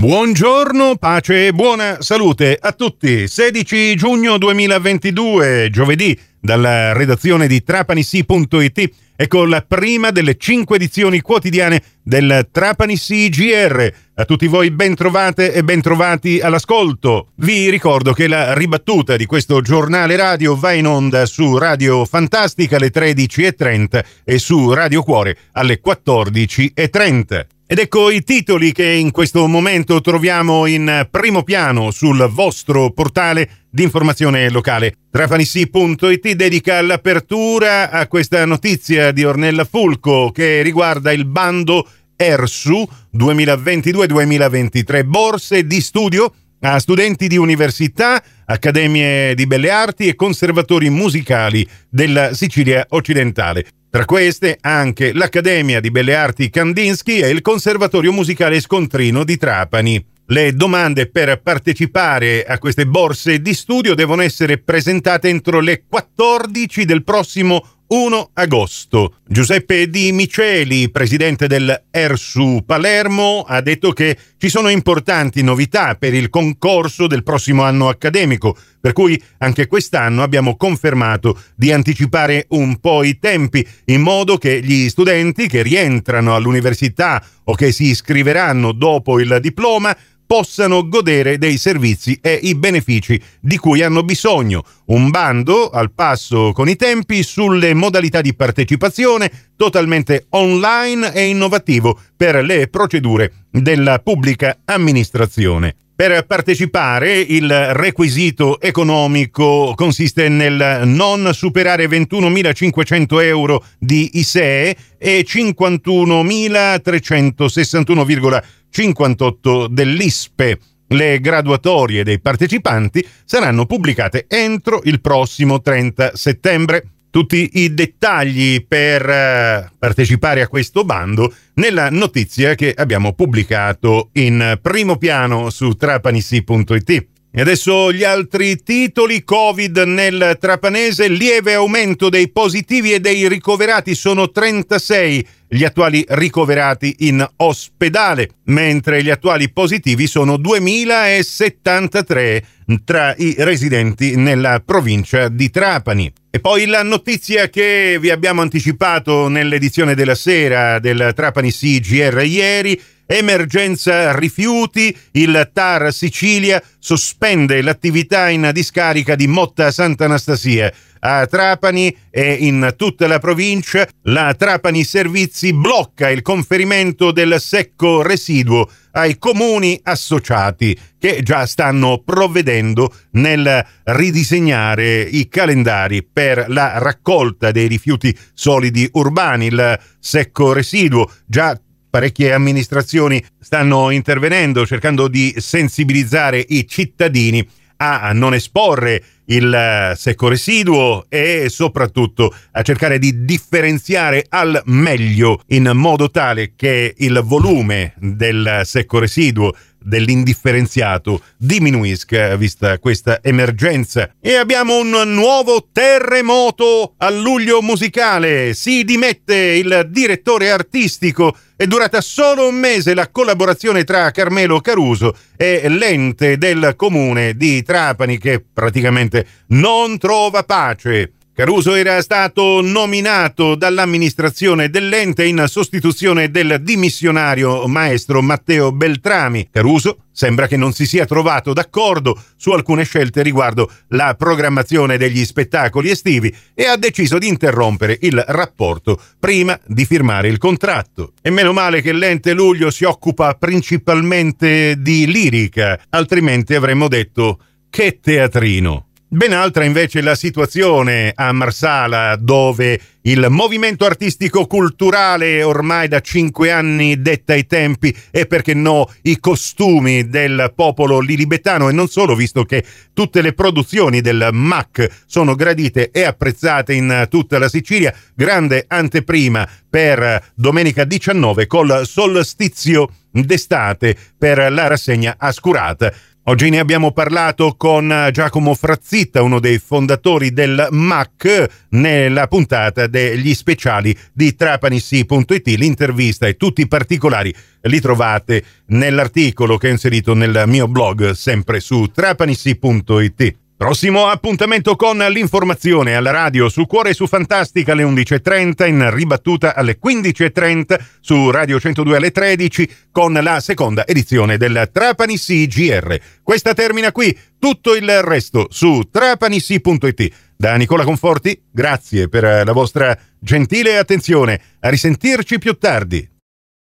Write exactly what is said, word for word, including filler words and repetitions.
Buongiorno, pace e buona salute a tutti. sedici giugno duemilaventidue, giovedì, dalla redazione di Trapanissi punto it, ecco la prima delle cinque edizioni quotidiane del Trapanissi G R. A tutti voi ben trovate e ben trovati all'ascolto. Vi ricordo che la ribattuta di questo giornale radio va in onda su Radio Fantastica alle tredici e trenta e su Radio Cuore alle quattordici e trenta. Ed ecco i titoli che in questo momento troviamo in primo piano sul vostro portale di informazione locale. Trapanissi punto it dedica l'apertura a questa notizia di Ornella Fulco che riguarda il bando ERSU duemilaventidue duemilaventitré, borse di studio a studenti di università, accademie di belle arti e conservatori musicali della Sicilia occidentale. Tra queste anche l'Accademia di Belle Arti Kandinsky e il Conservatorio Musicale Scontrino di Trapani. Le domande per partecipare a queste borse di studio devono essere presentate entro le quattordici del prossimo primo agosto. Giuseppe Di Miceli, presidente del ERSU Palermo, ha detto che ci sono importanti novità per il concorso del prossimo anno accademico, per cui anche quest'anno abbiamo confermato di anticipare un po' i tempi, in modo che gli studenti che rientrano all'università o che si iscriveranno dopo il diploma possano godere dei servizi e i benefici di cui hanno bisogno. Un bando al passo con i tempi sulle modalità di partecipazione, totalmente online e innovativo per le procedure della pubblica amministrazione. Per partecipare il requisito economico consiste nel non superare ventunomilacinquecento euro di I S E E e cinquantunomilatrecentosessantuno virgola cinquantotto dell'I S P E. Le graduatorie dei partecipanti saranno pubblicate entro il prossimo trenta settembre. Tutti i dettagli per partecipare a questo bando nella notizia che abbiamo pubblicato in primo piano su Trapanissi punto it. E adesso gli altri titoli. Covid nel Trapanese, lieve aumento dei positivi e dei ricoverati, sono trentasei gli attuali ricoverati in ospedale, mentre gli attuali positivi sono duemilasettantatré tra i residenti nella provincia di Trapani. E poi la notizia che vi abbiamo anticipato nell'edizione della sera del Trapanissi G R ieri: emergenza rifiuti, il T A R Sicilia sospende l'attività in discarica di Motta Sant'Anastasia. A Trapani e in tutta la provincia la Trapani Servizi blocca il conferimento del secco residuo ai comuni associati, che già stanno provvedendo nel ridisegnare i calendari per la raccolta dei rifiuti solidi urbani. Il secco residuo, già parecchie amministrazioni stanno intervenendo cercando di sensibilizzare i cittadini a non esporre il secco residuo e soprattutto a cercare di differenziare al meglio, in modo tale che il volume del secco residuo, dell'indifferenziato, diminuisca vista questa emergenza. E abbiamo un nuovo terremoto a luglio musicale. Si dimette il direttore artistico. È durata solo un mese la collaborazione tra Carmelo Caruso e l'ente del comune di Trapani, che praticamente non trova pace. Caruso era stato nominato dall'amministrazione dell'ente in sostituzione del dimissionario maestro Matteo Beltrami. Caruso sembra che non si sia trovato d'accordo su alcune scelte riguardo la programmazione degli spettacoli estivi e ha deciso di interrompere il rapporto prima di firmare il contratto. E meno male che l'ente Luglio si occupa principalmente di lirica, altrimenti avremmo detto che teatrino. Ben altra invece la situazione a Marsala, dove il movimento artistico culturale ormai da cinque anni detta i tempi e, perché no, i costumi del popolo lilibetano, e non solo, visto che tutte le produzioni del M A C sono gradite e apprezzate in tutta la Sicilia. Grande anteprima per domenica diciannove col solstizio d'estate per la rassegna Ascurata. Oggi ne abbiamo parlato con Giacomo Frazzitta, uno dei fondatori del M A C, nella puntata degli speciali di Trapanissi punto it. L'intervista e tutti i particolari li trovate nell'articolo che ho inserito nel mio blog, sempre su Trapanissi punto it. Prossimo appuntamento con l'informazione alla radio su Cuore e su Fantastica alle undici e trenta, in ribattuta alle quindici e trenta su Radio centodue alle tredici con la seconda edizione del Trapanissi G R. Questa termina qui, tutto il resto su Trapanissi punto it. Da Nicola Conforti, grazie per la vostra gentile attenzione. A risentirci più tardi.